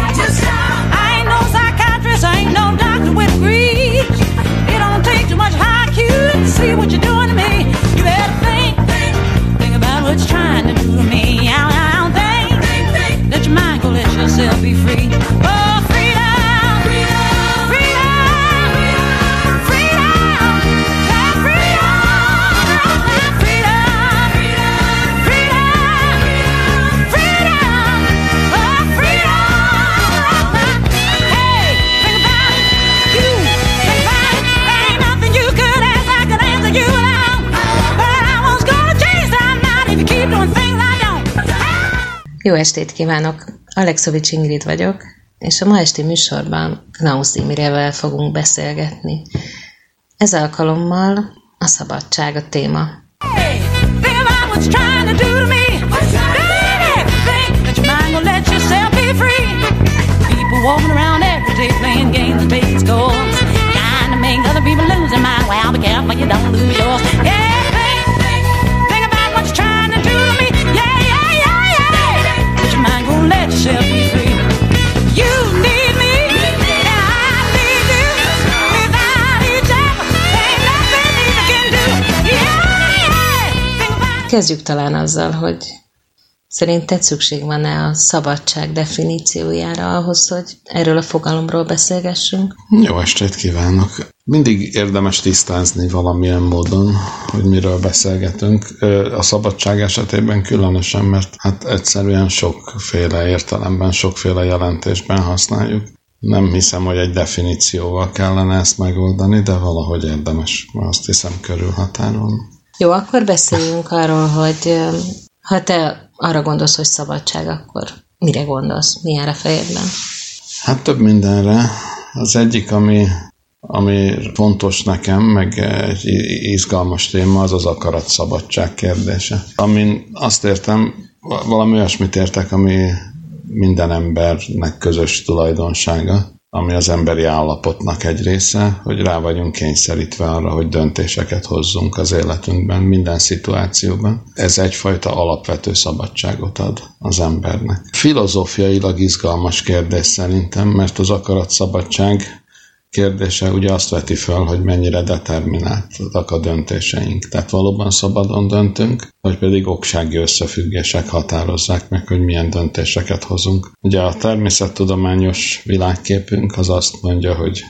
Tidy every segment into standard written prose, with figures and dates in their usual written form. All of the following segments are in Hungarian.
I ain't no psychiatrist, I ain't no doctor with degrees. It don't take too much IQ to see what you're doing to me. You better think about what you're trying to do to me. I don't think let your mind go, let yourself be free. Oh, freedom. Jó estét kívánok! Alexovics Ingrid vagyok, és a ma esti műsorban Knausz Imrével fogunk beszélgetni. Ez alkalommal a szabadság a téma. Kezdjük talán azzal, hogy szerinted szükség van-e a szabadság definíciójára ahhoz, hogy erről a fogalomról beszélgessünk? Jó estét kívánok! Mindig érdemes tisztázni valamilyen módon, hogy miről beszélgetünk. A szabadság esetében különösen, mert hát egyszerűen sokféle értelemben, sokféle jelentésben használjuk. Nem hiszem, hogy egy definícióval kellene ezt megoldani, de valahogy érdemes, azt hiszem, körülhatárolni. Jó, akkor beszéljünk arról, hogy ha te arra gondolsz, hogy szabadság, akkor mire gondolsz? Mi jár a fejedben? Hát több mindenre. Az egyik, ami fontos nekem, meg egy izgalmas téma, az az akaratszabadság kérdése. Amin azt értem, valami olyasmit értek, ami minden embernek közös tulajdonsága, ami az emberi állapotnak egy része, hogy rá vagyunk kényszerítve arra, hogy döntéseket hozzunk az életünkben, minden szituációban. Ez egyfajta alapvető szabadságot ad az embernek. Filozófiailag izgalmas kérdés szerintem, mert az akaratszabadság kérdése ugye azt veti fel, hogy mennyire determináltak a döntéseink. Tehát valóban szabadon döntünk, vagy pedig oksági összefüggések határozzák meg, hogy milyen döntéseket hozunk. Ugye a természettudományos világképünk az azt mondja, hogy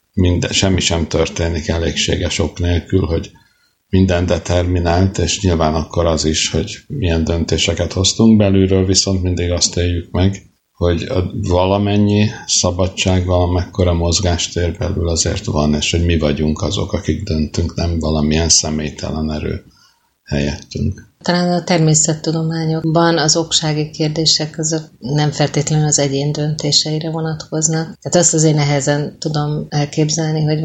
semmi sem történik elégséges ok nélkül, hogy minden determinált, és nyilván akkor az is, hogy milyen döntéseket hoztunk. Belülről viszont mindig azt éljük meg, hogy valamennyi szabadság, valamekkora mozgástér belül azért van, és hogy mi vagyunk azok, akik döntünk, nem valamilyen személytelen erő helyettünk. Talán a természettudományokban az oksági kérdések azok nem feltétlenül az egyén döntéseire vonatkoznak. Tehát azt azért nehezen tudom elképzelni, hogy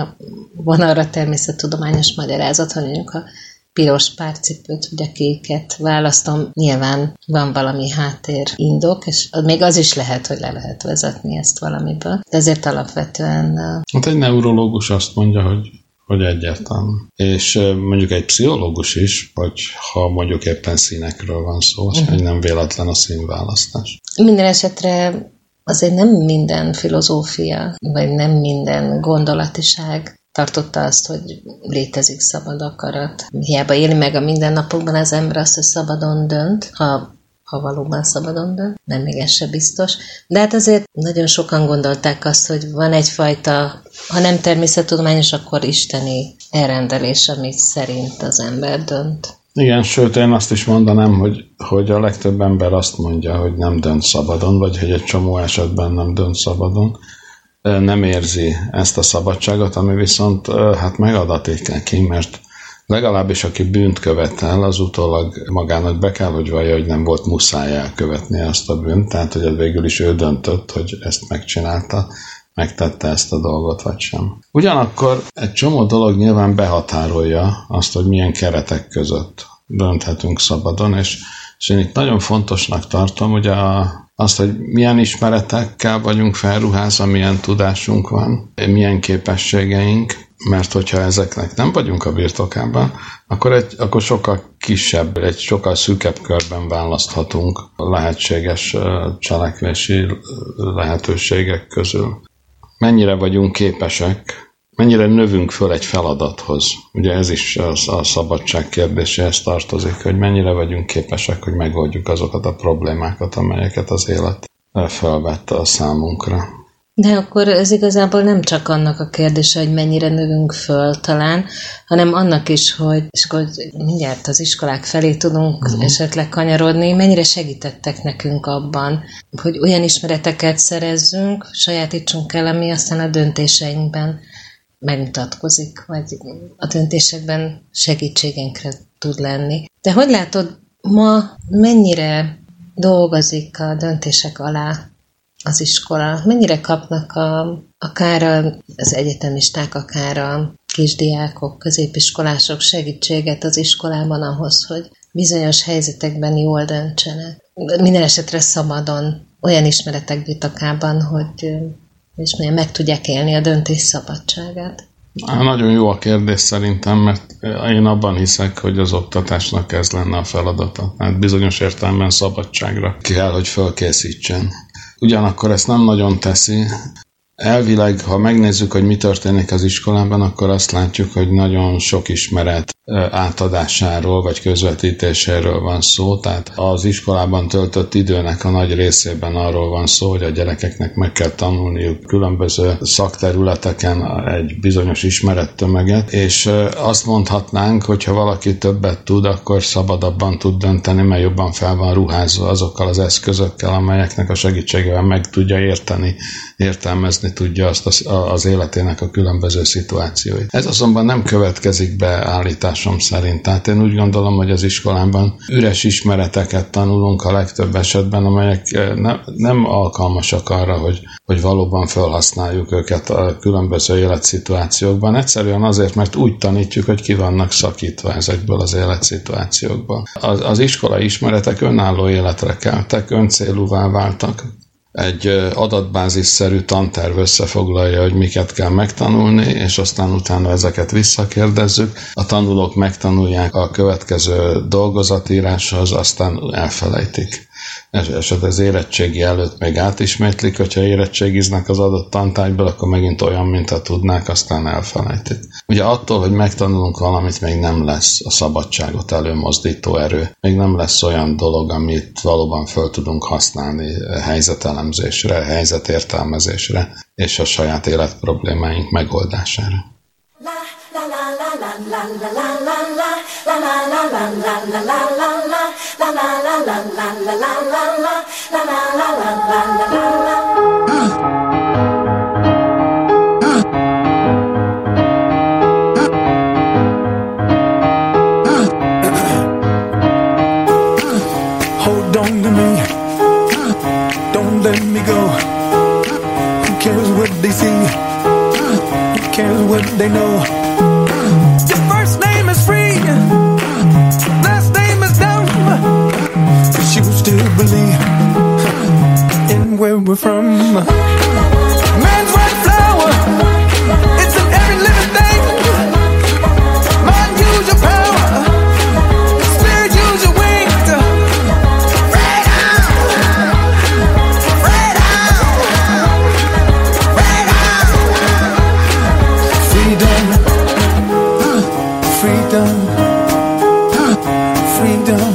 van arra természettudományos magyarázat, hogy mondjuk a piros párcipőt, vagy a kéket választom. Nyilván van valami háttérindok, és még az is lehet, hogy le lehet vezetni ezt valamiből. De ezért alapvetően... Hát egy neurológus azt mondja, hogy egyértelmű. És mondjuk egy pszichológus is, hogy ha mondjuk éppen színekről van szó, azt hogy nem véletlen a színválasztás. Minden esetre azért nem minden filozófia, vagy nem minden gondolatiság tartotta azt, hogy létezik szabad akarat. Hiába éli meg a mindennapokban az ember azt, hogy szabadon dönt, ha valóban szabadon dönt, nem még ez se biztos. De hát azért nagyon sokan gondolták azt, hogy van egyfajta, ha nem természettudományos, akkor isteni elrendelés, ami szerint az ember dönt. Igen, sőt, én azt is mondanám, hogy a legtöbb ember azt mondja, hogy nem dönt szabadon, vagy hogy egy csomó esetben nem dönt szabadon. Nem érzi ezt a szabadságot, ami viszont hát megadatik neki, mert legalábbis aki bűnt követel, az utólag magának be kell, hogy vallja, hogy nem volt muszáj elkövetni azt a bűnt, tehát hogy végül is ő döntött, hogy ezt megcsinálta, megtette ezt a dolgot, vagy sem. Ugyanakkor egy csomó dolog nyilván behatárolja azt, hogy milyen keretek között dönthetünk szabadon, és én itt nagyon fontosnak tartom, ugye azt, hogy milyen ismeretekkel vagyunk felruházva, milyen tudásunk van, milyen képességeink, mert hogyha ezeknek nem vagyunk a birtokában, akkor sokkal kisebb, egy sokkal szűkebb körben választhatunk lehetséges cselekvési lehetőségek közül. Mennyire vagyunk képesek, mennyire növünk föl egy feladathoz. Ugye ez is a szabadság kérdéséhez tartozik, hogy mennyire vagyunk képesek, hogy megoldjuk azokat a problémákat, amelyeket az élet felvette a számunkra. De akkor ez igazából nem csak annak a kérdése, hogy mennyire növünk föl talán, hanem annak is, hogy, és akkor mindjárt az iskolák felé tudunk esetleg kanyarodni, mennyire segítettek nekünk abban, hogy olyan ismereteket szerezzünk, sajátítsunk el, ami aztán a döntéseinkben megmutatkozik, vagy a döntésekben segítségenkre tud lenni. De hogy látod, ma mennyire dolgozik a döntések alá az iskola? Mennyire kapnak akár az egyetemisták, akár a kisdiákok, középiskolások segítséget az iskolában ahhoz, hogy bizonyos helyzetekben jól döntsenek? Minden esetre szabadon, olyan ismeretek birtokában, hogy és meg tudják élni a döntés szabadságát. Nagyon jó a kérdés szerintem, mert én abban hiszek, hogy az oktatásnak ez lenne a feladata. Hát bizonyos értelemben szabadságra kell, hogy fölkészítsen. Ugyanakkor ezt nem nagyon teszi. Elvileg, ha megnézzük, hogy mi történik az iskolában, akkor azt látjuk, hogy nagyon sok ismeret átadásáról vagy közvetítéséről van szó. Tehát az iskolában töltött időnek a nagy részében arról van szó, hogy a gyerekeknek meg kell tanulniuk különböző szakterületeken egy bizonyos ismerettömeget, és azt mondhatnánk, hogy ha valaki többet tud, akkor szabadabban tud dönteni, mert jobban fel van ruházva azokkal az eszközökkel, amelyeknek a segítségével meg tudja érteni, értelmezni tudja azt az életének a különböző szituációit. Ez azonban nem következik be állításom szerint. Tehát én úgy gondolom, hogy az iskolában üres ismereteket tanulunk a legtöbb esetben, amelyek nem alkalmasak arra, hogy valóban felhasználjuk őket a különböző életszituációkban. Egyszerűen azért, mert úgy tanítjuk, hogy ki vannak szakítva ezekből az életszituációkból. Az iskolai ismeretek önálló életre keltek, öncélúvá váltak. Egy adatbázisszerű tanterv összefoglalja, hogy miket kell megtanulni, és aztán utána ezeket visszakérdezzük. A tanulók megtanulják a következő dolgozatíráshoz, aztán elfelejtik. És az érettségi előtt még átismétlik, hogyha érettségiznek az adott tantárgyból, akkor megint olyan, mintha tudnák, aztán elfelejtik. Ugye attól, hogy megtanulunk valamit, még nem lesz a szabadságot előmozdító erő. Még nem lesz olyan dolog, amit valóban föl tudunk használni helyzetelemzésre, helyzetértelmezésre és a saját életproblémáink megoldására. Hold on to me, don't let me go. Who cares what they see? Who cares what they know? Your first name is free, last name is dumb, but you still believe in where we're from. Man's white flower, it's in every living thing. Mind, use your power, spirit, use your wings. Freedom, freedom, freedom, freedom.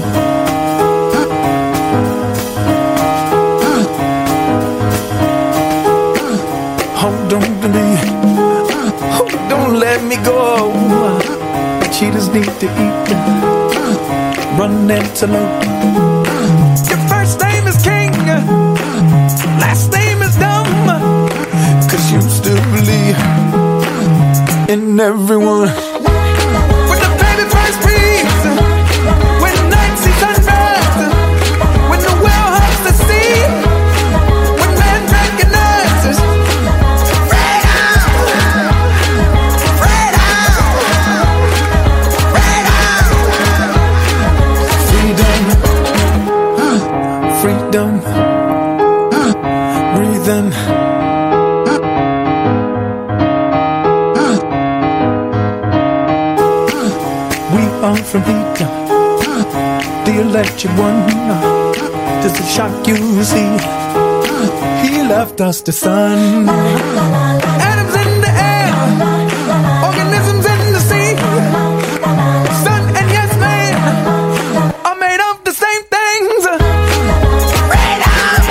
Hold on to me, don't let me go. Cheetahs need to eat, run antelope. Your first name is king, last name is dumb, 'cause you still believe in everyone. When the baby first breathes, when the night sees sunrise, when the whale hugs the sea, when man recognizes freedom, freedom, freedom, freedom, breathing. run from heat. The electric one, just a shock you see. He left us the sun. Atoms in the air, organisms in the sea. Sun and yes man are made of the same things. Freedom!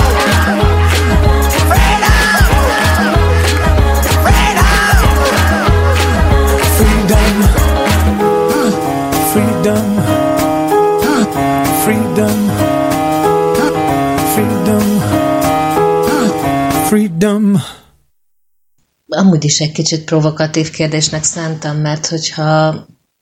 Freedom! Freedom! Freedom! Freedom! Amúgy is egy kicsit provokatív kérdésnek szántam, mert hogyha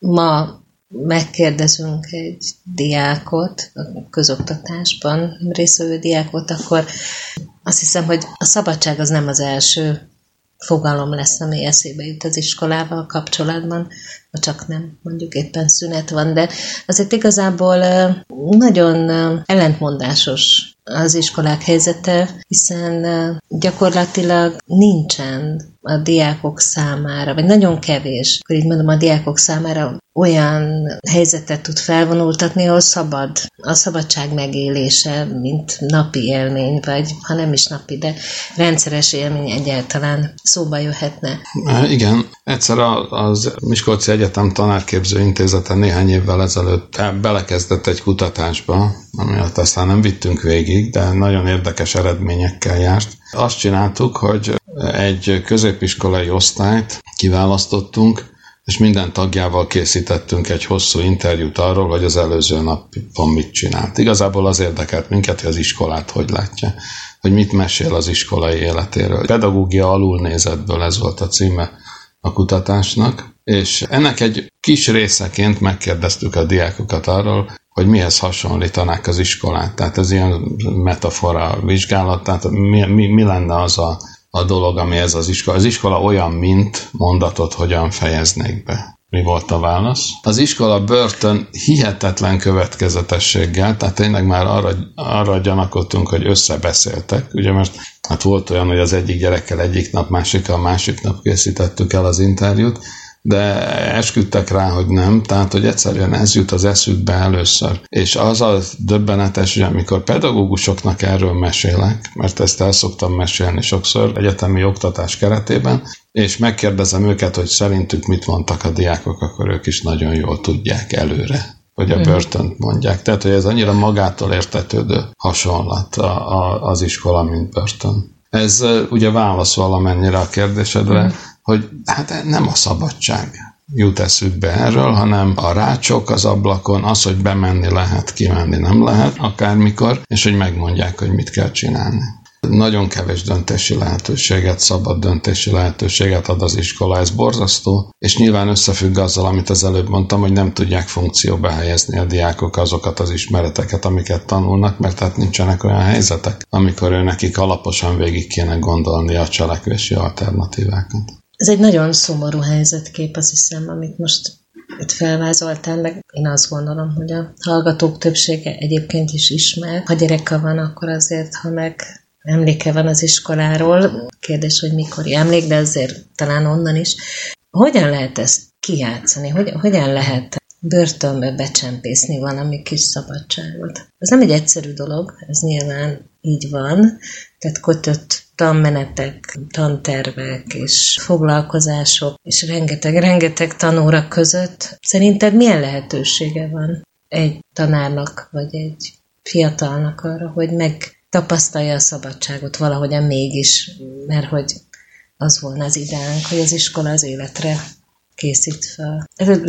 ma megkérdezünk egy diákot, a közoktatásban résztvevő diákot, akkor azt hiszem, hogy a szabadság az nem az első fogalom lesz, ami eszébe jut az iskolával kapcsolatban, ha csak nem mondjuk éppen szünet van, de azért igazából nagyon ellentmondásos az iskolák helyzete, hiszen gyakorlatilag nincsen a diákok számára, vagy nagyon kevés, akkor így mondom, a diákok számára olyan helyzetet tud felvonultatni, ahol szabad, a szabadság megélése, mint napi élmény, vagy ha nem is napi, de rendszeres élmény egyáltalán szóba jöhetne. Igen, egyszer az Miskolci Egyetem Tanárképző Intézete néhány évvel ezelőtt belekezdett egy kutatásba, amit aztán nem vittünk végig, de nagyon érdekes eredményekkel járt. Azt csináltuk, hogy egy középiskolai osztályt kiválasztottunk, és minden tagjával készítettünk egy hosszú interjút arról, hogy az előző napon mit csinált. Igazából az érdekelt minket, hogy az iskolát hogy látja, hogy mit mesél az iskolai életéről. Pedagógia alulnézetből, ez volt a címe a kutatásnak, és ennek egy kis részeként megkérdeztük a diákokat arról, hogy mihez hasonlítanák az iskolát. Tehát ez ilyen metafora vizsgálat, tehát mi lenne az a dolog, ami ez az iskola. Az iskola olyan, mint mondatot hogyan fejeznék be. Mi volt a válasz? Az iskola börtön hihetetlen következetességgel, tehát tényleg már arra gyanakodtunk, hogy összebeszéltek, ugye, mert hát volt olyan, hogy az egyik gyerekkel egyik nap, másik nap készítettük el az interjút, de esküdtek rá, hogy nem, tehát, hogy egyszerűen ez jut az eszükbe először. És az a döbbenetes, hogy amikor pedagógusoknak erről mesélek, mert ezt el szoktam mesélni sokszor egyetemi oktatás keretében, és megkérdezem őket, hogy szerintük mit mondtak a diákok, akkor ők is nagyon jól tudják előre, hogy a börtönt mondják. Tehát, hogy ez annyira magától értetődő hasonlat az iskola, mint börtön. Ez ugye válasz valamennyire a kérdésedre, hogy hát nem a szabadság jut eszükbe erről, hanem a rácsok az ablakon, az, hogy bemenni lehet, kimenni nem lehet akármikor, és hogy megmondják, hogy mit kell csinálni. Nagyon kevés döntési lehetőséget, szabad döntési lehetőséget ad az iskola, ez borzasztó, és nyilván összefügg azzal, amit az előbb mondtam, hogy nem tudják funkcióba helyezni a diákok azokat az ismereteket, amiket tanulnak, mert hát nincsenek olyan helyzetek, amikor nekik alaposan végig kéne gondolni a cselekvési alternatívákat. Ez egy nagyon szomorú helyzetkép, azt hiszem, amit most itt felvázoltál, meg én azt gondolom, hogy a hallgatók többsége egyébként is ismer. Ha gyereke van, akkor azért, ha meg emléke van az iskoláról, kérdés, hogy mikori emlék, de azért talán onnan is. Hogyan lehet ezt kijátszani? Hogyan lehet börtönbe becsempészni valami kis szabadságot? Ez nem egy egyszerű dolog, ez nyilván így van, tehát kötött tanmenetek, tantervek és foglalkozások, és rengeteg tanóra között. Szerinted milyen lehetősége van egy tanárnak, vagy egy fiatalnak arra, hogy megtapasztalja a szabadságot valahogyan mégis, mert hogy az volna az ideánk, hogy az iskola az életre készít fel.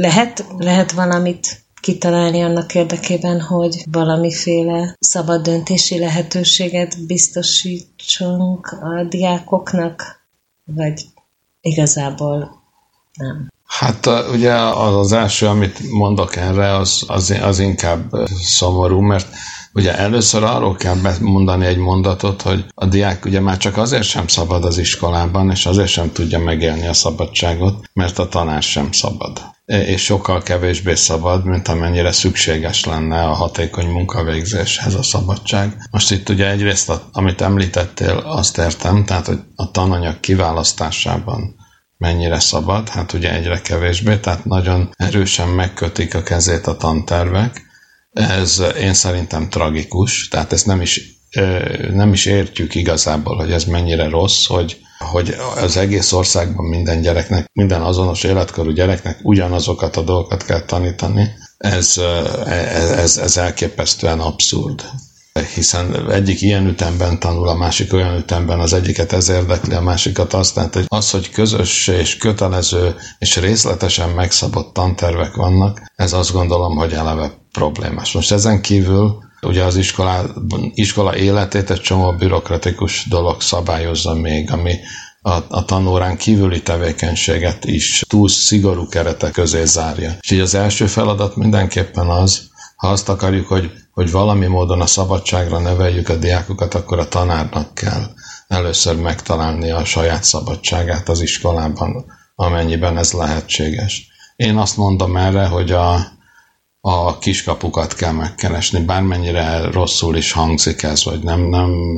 Lehet valamit kitalálni annak érdekében, hogy valamiféle szabad döntési lehetőséget biztosítsunk a diákoknak, vagy igazából nem? Hát ugye az első, amit mondok erre, az inkább szomorú, mert ugye először arról kell mondani egy mondatot, hogy a diák ugye már csak azért sem szabad az iskolában, és azért sem tudja megélni a szabadságot, mert a tanár sem szabad. És sokkal kevésbé szabad, mint amennyire szükséges lenne a hatékony munkavégzéshez a szabadság. Most itt ugye egyrészt, amit említettél, azt értem, tehát hogy a tananyag kiválasztásában mennyire szabad, hát ugye egyre kevésbé, tehát nagyon erősen megkötik a kezét a tantervek. Ez én szerintem tragikus, tehát ezt nem is értjük igazából, hogy ez mennyire rossz, hogy az egész országban minden gyereknek, minden azonos életkorú gyereknek ugyanazokat a dolgokat kell tanítani. Ez elképesztően abszurd. Hiszen egyik ilyen ütemben tanul, a másik olyan ütemben, az egyiket ez érdekli, a másikat azt. Tehát hogy közös és kötelező és részletesen megszabott tantervek vannak, ez azt gondolom, hogy eleve problémás. Most ezen kívül ugye az iskola életét egy csomó bürokratikus dolog szabályozza még, ami a tanórán kívüli tevékenységet is túl szigorú keretek közé zárja. És így az első feladat mindenképpen az, ha azt akarjuk, hogy valami módon a szabadságra neveljük a diákokat, akkor a tanárnak kell először megtalálni a saját szabadságát az iskolában, amennyiben ez lehetséges. Én azt mondom erre, hogy a kiskapukat kell megkeresni, bármennyire rosszul is hangzik ez, vagy nem.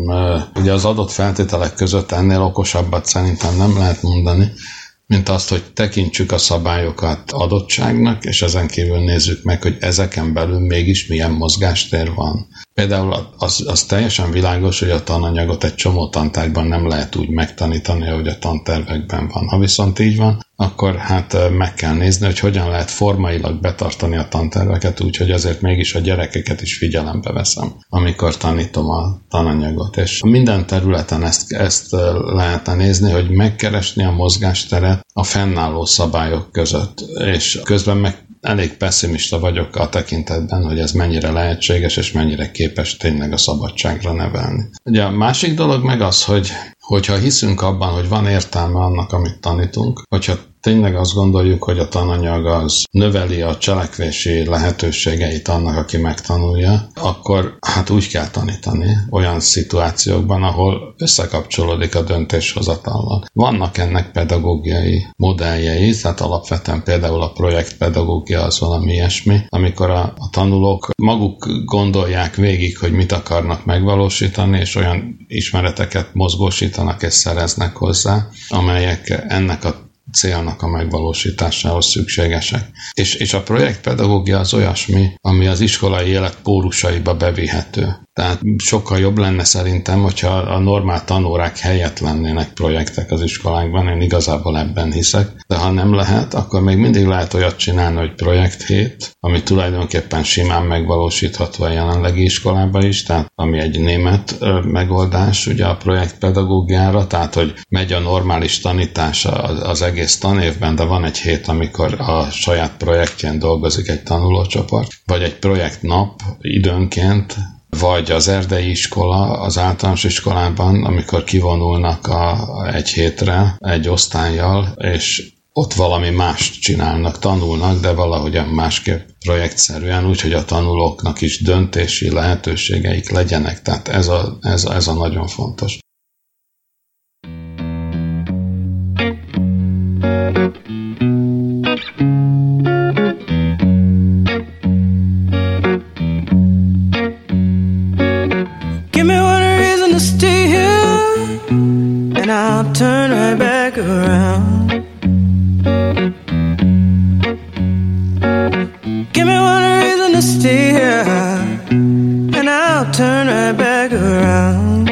Ugye az adott feltételek között ennél okosabbat szerintem nem lehet mondani, mint azt, hogy tekintsük a szabályokat adottságnak, és ezen kívül nézzük meg, hogy ezeken belül mégis milyen mozgástér van. Például az teljesen világos, hogy a tananyagot egy csomó tantárgyban nem lehet úgy megtanítani, ahogy a tantervekben van. Ha viszont így van, akkor hát meg kell nézni, hogy hogyan lehet formailag betartani a tanterveket úgy, hogy azért mégis a gyerekeket is figyelembe veszem, amikor tanítom a tananyagot. És minden területen ezt lehetne nézni, hogy megkeresni a mozgásteret a fennálló szabályok között. És közben meg elég pessimista vagyok a tekintetben, hogy ez mennyire lehetséges, és mennyire képes tényleg a szabadságra nevelni. Ugye a másik dolog meg az, hogyha hiszünk abban, hogy van értelme annak, amit tanítunk, hogyha tényleg azt gondoljuk, hogy a tananyag az növeli a cselekvési lehetőségeit annak, aki megtanulja, akkor hát úgy kell tanítani olyan szituációkban, ahol összekapcsolódik a döntéshozatallal. Vannak ennek pedagógiai modelljei, tehát alapvetően például a projektpedagógia az valami ilyesmi, amikor a tanulók maguk gondolják végig, hogy mit akarnak megvalósítani, és olyan ismereteket mozgósítanak és szereznek hozzá, amelyek ennek a célnak a megvalósításához szükségesek. És a projektpedagógia az olyasmi, ami az iskolai élet pórusaiba bevihető. Tehát sokkal jobb lenne szerintem, hogyha a normál tanórák helyett lennének projektek az iskolákban, én igazából ebben hiszek, de ha nem lehet, akkor még mindig lehet olyat csinálni, hogy projekthét, ami tulajdonképpen simán megvalósítható a jelenlegi iskolában is, tehát ami egy német megoldás ugye a projektpedagógiára, tehát hogy megy a normális tanítás az egész tanévben, de van egy hét, amikor a saját projektjén dolgozik egy tanulócsoport, vagy egy projektnap időnként, vagy az erdei iskola az általános iskolában, amikor kivonulnak egy hétre egy osztállyal, és ott valami mást csinálnak, tanulnak, de valahogyan másképp projektszerűen, úgyhogy a tanulóknak is döntési lehetőségeik legyenek. Tehát ez a nagyon fontos. I'll turn right back around. Give me one reason to stay here, and I'll turn right back around.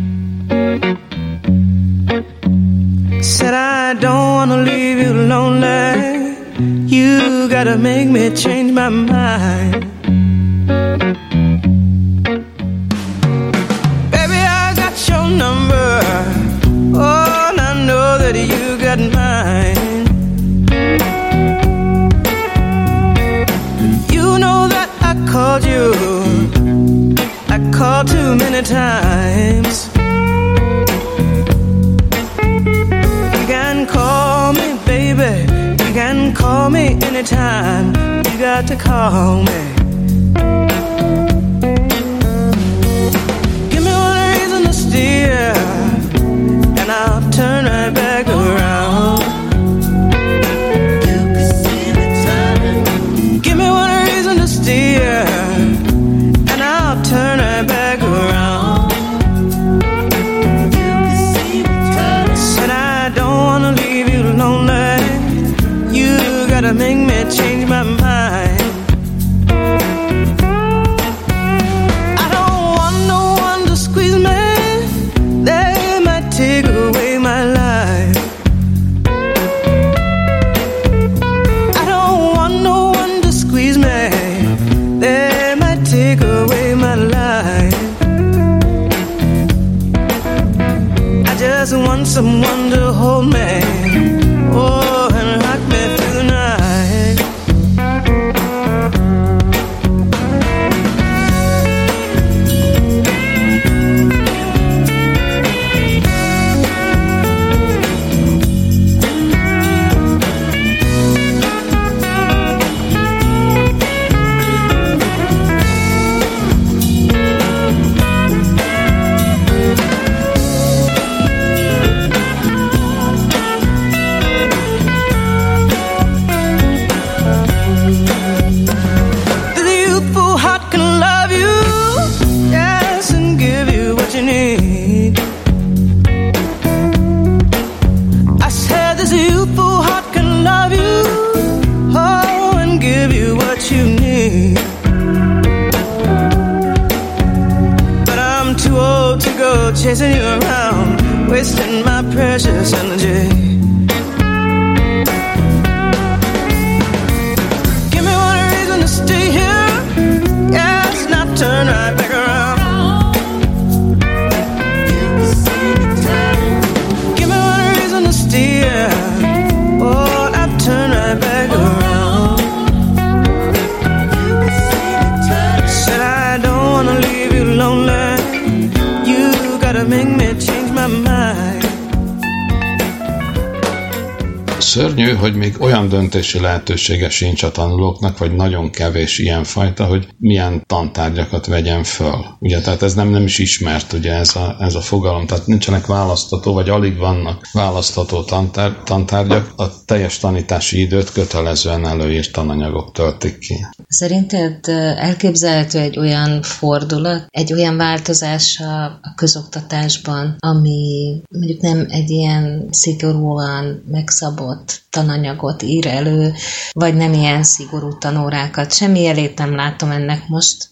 Said I don't wanna leave you lonely. You gotta make me change my mind. Baby, I got your number. Oh, and I know that you got mine. You know that I called you. I called too many times. You can call me, baby. You can call me anytime. You got to call me. Give me one reason to steer, and I'll turn right back around. You can see me turning. Give me one reason to steer, and I'll turn right back around. You can see me turning. Said I don't wanna leave you alone. gotta make me change my mind. I don't want no one to squeeze me. They might take away my life. I don't want no one to squeeze me. They might take away my life. I just want someone to hold me. Oh, and rock me through the night. Chasing you around, wasting my precious energy. Give me one reason to stay here. Yes, not turn right back around. Give me one reason to stay here. Oh, not turn right back around. Said I don't wanna leave you lonely. Make me change my mind. Szörnyű, hogy még olyan döntési lehetősége sincs a tanulóknak, vagy nagyon kevés ilyenfajta, hogy milyen tantárgyakat vegyen föl. Ugye, tehát ez nem is ismert, ugye ez a fogalom, tehát nincsenek választható, vagy alig vannak választható tantárgyak. A teljes tanítási időt kötelezően előírt tananyagok töltik ki. Szerinted elképzelhető egy olyan fordulat, egy olyan változás a közoktatásban, ami mondjuk nem egy ilyen szigorúan megszabott tananyagot ír elő, vagy nem ilyen szigorú tanórákat. Semmi jelét nem látom ennek most,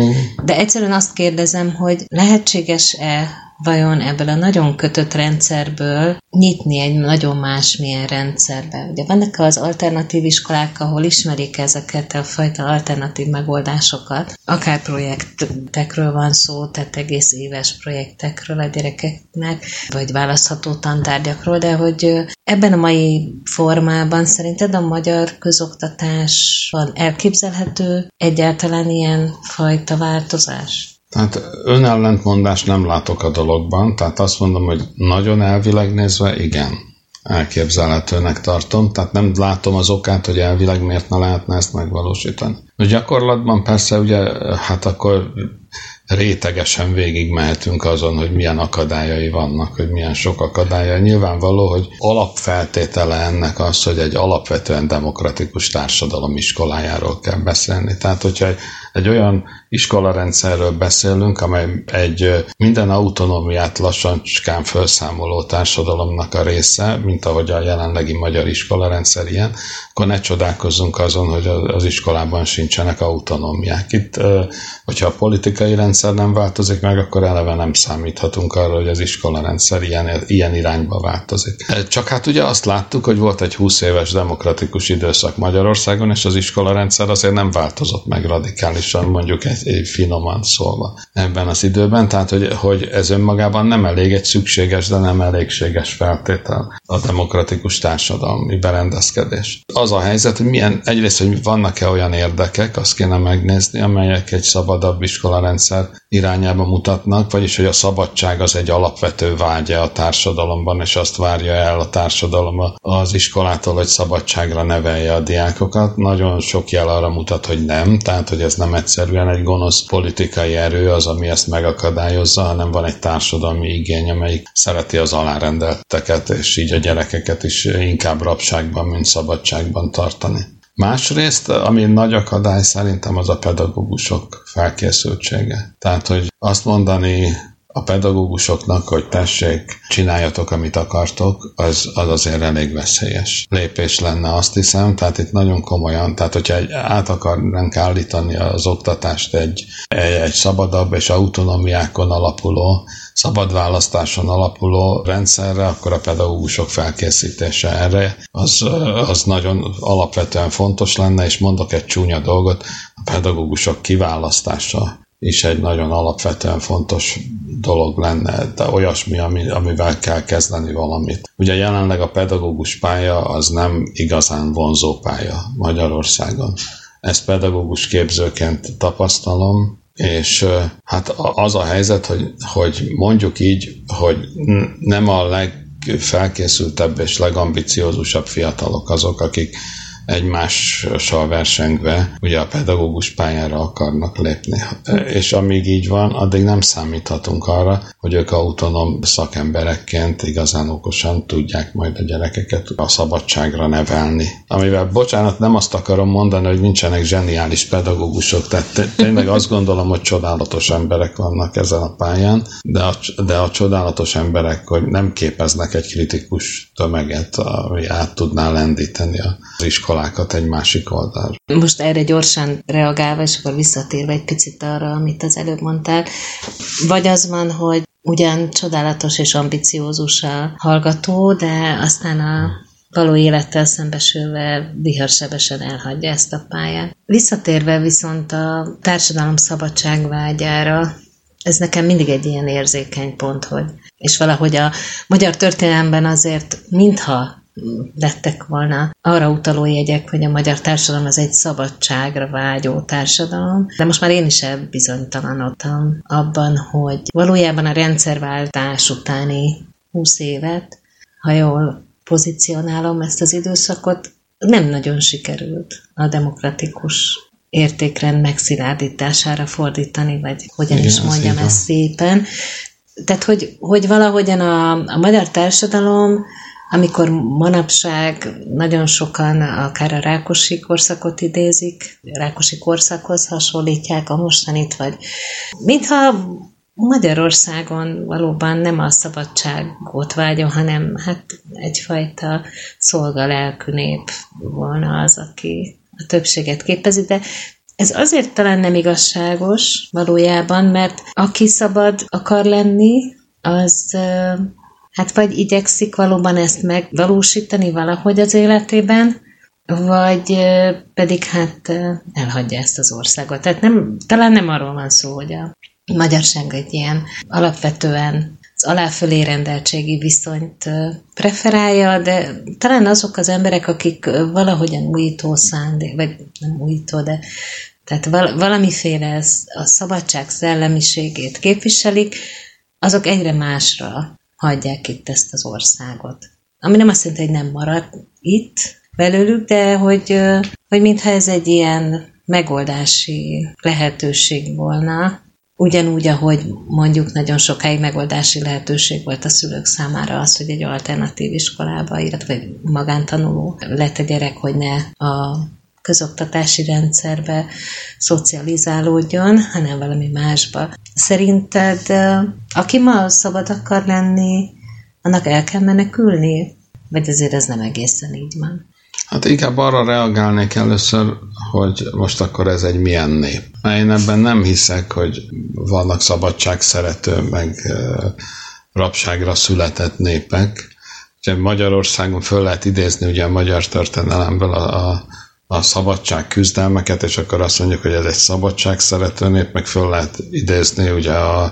de egyszerűen azt kérdezem, hogy lehetséges-e vajon ebből a nagyon kötött rendszerből nyitni egy nagyon másmilyen rendszerbe. Ugye vannak az alternatív iskolák, ahol ismerik ezeket a fajta alternatív megoldásokat. Akár projektekről van szó, tehát egész éves projektekről a gyerekeknek, vagy választható tantárgyakról, de hogy ebben a mai formában szerinted a magyar közoktatásban elképzelhető egyáltalán ilyen fajta változás? Tehát önellentmondást nem látok a dologban, tehát azt mondom, hogy nagyon elvileg nézve, igen, elképzelhetőnek tartom, tehát nem látom az okát, hogy elvileg miért ne lehetne ezt megvalósítani. A gyakorlatban persze ugye, hát akkor rétegesen végigmehetünk azon, hogy milyen akadályai vannak, hogy milyen sok akadálya. Nyilvánvaló, hogy alapfeltétele ennek az, hogy egy alapvetően demokratikus társadalom iskolájáról kell beszélni. Tehát, hogyha egy olyan iskolarendszerről beszélünk, amely egy minden autonómiát lassancskán felszámoló társadalomnak a része, mint ahogy a jelenlegi magyar iskolarendszer ilyen, akkor ne csodálkozzunk azon, hogy az iskolában sincsenek autonómiák. Itt, hogyha a politikai rendszer nem változik meg, akkor eleve nem számíthatunk arra, hogy az iskolarendszer ilyen irányba változik. Csak hát ugye azt láttuk, hogy volt egy 20 éves demokratikus időszak Magyarországon, és az iskolarendszer azért nem változott meg radikálisan, mondjuk egy finoman szólva ebben az időben, tehát hogy ez önmagában nem elég egy szükséges, de nem elégséges feltétel a demokratikus társadalmi berendezkedés. Az a helyzet, hogy egyrészt, hogy vannak-e olyan érdekek, azt kéne megnézni, amelyek egy szabadabb iskolarendszer irányába mutatnak, vagyis hogy a szabadság az egy alapvető vágya a társadalomban, és azt várja el a társadalom az iskolától, hogy szabadságra nevelje a diákokat. Nagyon sok jel arra mutat, hogy nem, tehát hogy ez nem egyszerűen egy gonosz politikai erő az, ami ezt megakadályozza, hanem van egy társadalmi igény, amelyik szereti az alárendelteket, és így a gyerekeket is inkább rabságban, mint szabadságban tartani. Másrészt, ami nagy akadály szerintem az a pedagógusok felkészültsége. Tehát, hogy azt mondani a pedagógusoknak, hogy tessék, csináljatok, amit akartok, az azért elég veszélyes lépés lenne, azt hiszem. Tehát itt nagyon komolyan, tehát hogyha át akarnánk állítani az oktatást egy szabadabb és autonómiákon alapuló, szabad választáson alapuló rendszerre, akkor a pedagógusok felkészítése erre az nagyon alapvetően fontos lenne, és mondok egy csúnya dolgot, a pedagógusok kiválasztása is egy nagyon alapvetően fontos dolog lenne, de olyasmi, amivel kell kezdeni valamit. Ugye jelenleg a pedagógus pálya az nem igazán vonzó pálya Magyarországon. Ezt pedagógus képzőként tapasztalom, és hát az a helyzet, hogy mondjuk így, hogy nem a legfelkészültebb és legambiciózusabb fiatalok azok, akik egymással versengve ugye a pedagógus pályára akarnak lépni. És amíg így van, addig nem számíthatunk arra, hogy ők autonóm szakemberekként igazán okosan tudják majd a gyerekeket a szabadságra nevelni. Amivel, bocsánat, nem azt akarom mondani, hogy nincsenek zseniális pedagógusok, tehát tényleg azt gondolom, hogy csodálatos emberek vannak ezen a pályán, de a csodálatos emberek, hogy nem képeznek egy kritikus tömeget, ami át tudná lendíteni az iskolákat egy másik oldalra. Most erre gyorsan reagálva, és akkor visszatérve egy picit arra, amit az előbb mondtál, vagy az van, hogy ugyan csodálatos és ambiciózus a hallgató, de aztán a való élettel szembesülve viharsebesen elhagyja ezt a pályát. Visszatérve viszont a társadalom szabadságvágyára, ez nekem mindig egy ilyen érzékeny pont, hogy, és valahogy a magyar történelemben azért mintha lettek volna arra utaló jegyek, hogy a magyar társadalom az egy szabadságra vágyó társadalom, de most már én is elbizonytalanodtam abban, hogy valójában a rendszerváltás utáni 20 évet, ha jól pozícionálom ezt az időszakot, nem nagyon sikerült a demokratikus értékrend megszilárdítására fordítani, vagy hogyan is mondjam ezt szépen. Tehát, hogy valahogyan a magyar társadalom, amikor manapság nagyon sokan akár a Rákosi korszakot idézik, Rákosi korszakhoz hasonlítják a mostanit, vagy mintha Magyarországon valóban nem a szabadságot vágyó, hanem hát egyfajta szolgalelkű nép volna az, aki a többséget képezi, de ez azért talán nem igazságos valójában, mert aki szabad akar lenni, az hát vagy igyekszik valóban ezt megvalósítani valahogy az életében, vagy pedig hát elhagyja ezt az országot. Tehát talán nem arról van szó, hogy a magyarság egy ilyen alapvetően az alá-fölé rendeltségi viszonyt preferálja, de talán azok az emberek, akik valahogyan újító szándék, vagy nem újító, de tehát valamiféle a szabadság szellemiségét képviselik, azok egyre másra hagyják itt ezt az országot. Ami nem azt jelenti, hogy nem marad itt belőlük, de hogy mintha ez egy ilyen megoldási lehetőség volna, ugyanúgy, ahogy mondjuk nagyon sokáig megoldási lehetőség volt a szülők számára az, hogy egy alternatív iskolába, illetve magántanuló lett a gyerek, hogy ne a közoktatási rendszerbe szocializálódjon, hanem valami másba. Szerinted, aki ma szabad akar lenni, annak el kell menekülni? Vagy azért ez nem egészen így van? Hát inkább arra reagálnék először, hogy most akkor ez egy milyen nép. Mert én ebben nem hiszek, hogy vannak szabadságszerető, meg rabságra született népek. Ugye Magyarországon föl lehet idézni ugye a magyar történelemből a szabadság küzdelmeket, és akkor azt mondjuk, hogy ez egy szabadságszerető nép, meg föl lehet idézni ugye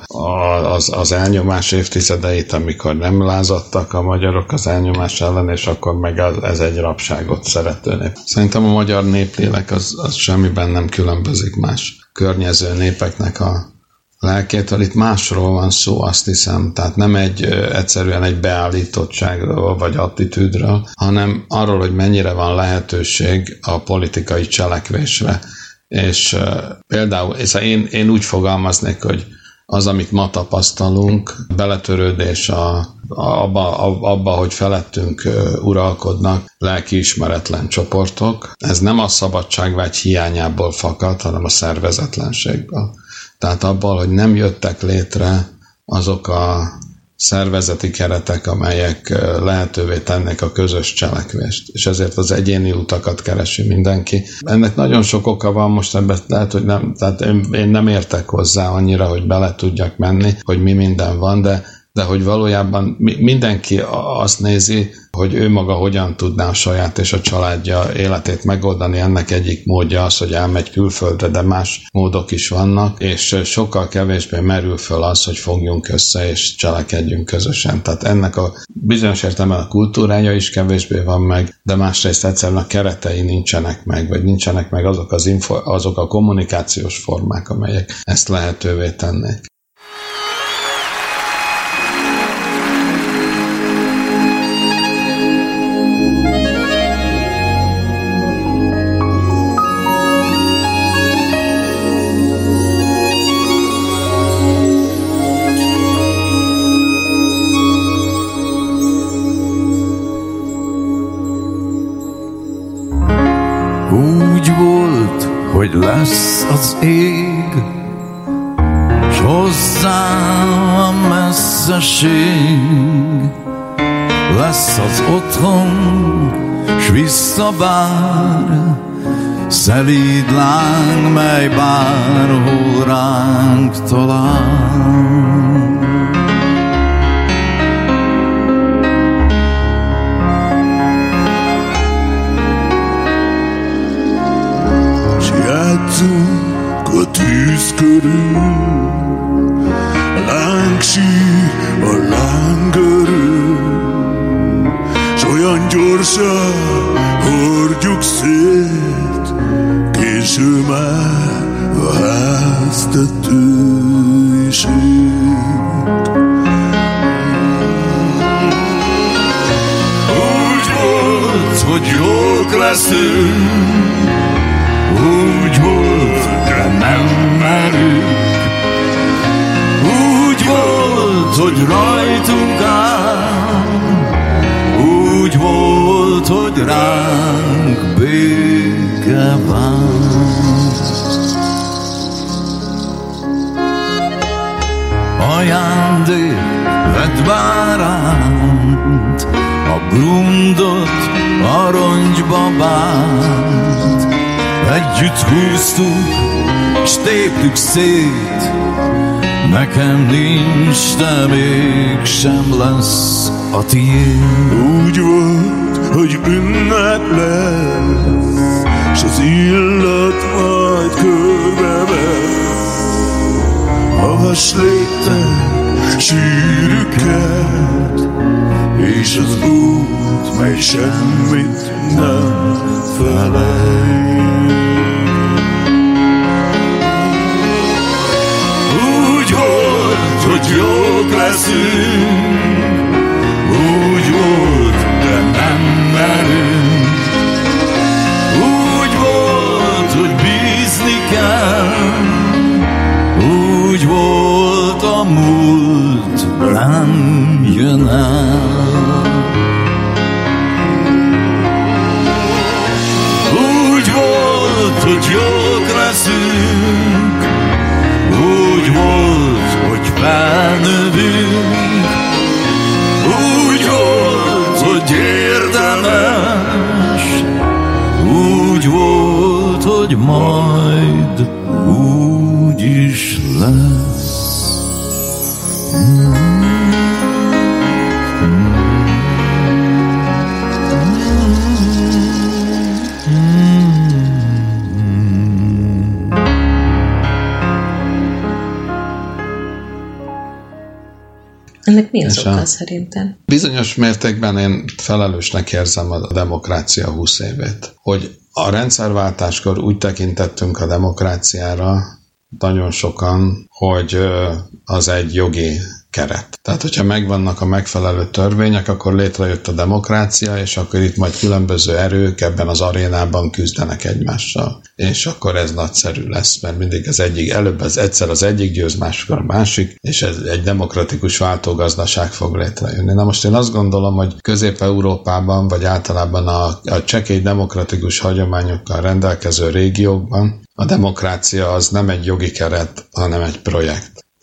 az elnyomás évtizedeit, amikor nem lázadtak a magyarok az elnyomás ellen, és akkor meg ez egy rabságot szerető nép. Szerintem a magyar néplélek az semmiben nem különbözik más környező népeknek a lelkétől. Itt másról van szó, azt hiszem, tehát nem egyszerűen egy beállítottságról vagy attitűdről, hanem arról, hogy mennyire van lehetőség a politikai cselekvésre. És például én úgy fogalmaznék, hogy az, amit ma tapasztalunk, beletörődés abba, hogy felettünk uralkodnak lelkiismeretlen csoportok, ez nem a szabadságvágy hiányából fakad, hanem a szervezetlenségből. Tehát abból, hogy nem jöttek létre azok a szervezeti keretek, amelyek lehetővé tennék a közös cselekvést. És ezért az egyéni utakat keresi mindenki. Ennek nagyon sok oka van, most ebben lehet, hogy nem, tehát én nem értek hozzá annyira, hogy bele tudjak menni, hogy mi minden van, de hogy valójában mindenki azt nézi, hogy ő maga hogyan tudná a saját és a családja életét megoldani. Ennek egyik módja az, hogy elmegy külföldre, de más módok is vannak, és sokkal kevésbé merül föl az, hogy fogjunk össze és cselekedjünk közösen. Tehát ennek a bizonyos értelemben a kultúrája is kevésbé van meg, de másrészt egyszerűen a keretei nincsenek meg, vagy nincsenek meg azok a kommunikációs formák, amelyek ezt lehetővé tennék. Hogy lesz az ég, s hozzám a messzeség, lesz az otthon, s visszavár, szelíd láng, mely bárhol ránk talál. Játszunk a tűz körül, láng sír a láng körül, s olyan gyorsan hordjuk szét, késő már a háztető is ég. Úgy volt, hogy jók leszünk, úgy volt, de nem merünk. Úgy volt, hogy rajtunk áll, úgy volt, hogy ránk béke vár. Ajándék vett báránt, a grundot aranyba bánt. Együtt húztuk, s téptük szét, nekem nincs, de mégsem lesz a tiéd. Úgy volt, hogy ünnep lesz, s az illat majd körbevesz. Havas léptek sűrűket, és az út, mely semmit nem felej. Hogy jók leszünk, úgy volt, de nem merünk. Úgy volt, hogy bízni kell, úgy volt a múlt, nem jön el. Úgy volt, hogy jók leszünk, úgy volt, hogy felnövünk, úgy volt, hogy érdemes, úgy volt, hogy majd úgy is lesz. Ennek mi az oka szerintem? Bizonyos mértékben én felelősnek érzem a demokrácia 20 évét. Hogy a rendszerváltáskor úgy tekintettünk a demokráciára, nagyon sokan, hogy az egy jogi keret. Tehát, hogyha megvannak a megfelelő törvények, akkor létrejött a demokrácia, és akkor itt majd különböző erők ebben az arénában küzdenek egymással. És akkor ez nagyszerű lesz, mert mindig előbb egyszer az egyik győz, máskor a másik, és ez egy demokratikus váltógazdaság fog létrejönni. Na most én azt gondolom, hogy Közép-Európában, vagy általában a csekély demokratikus hagyományokkal rendelkező régiókban a demokrácia az nem egy jogi keret, hanem egy projekt.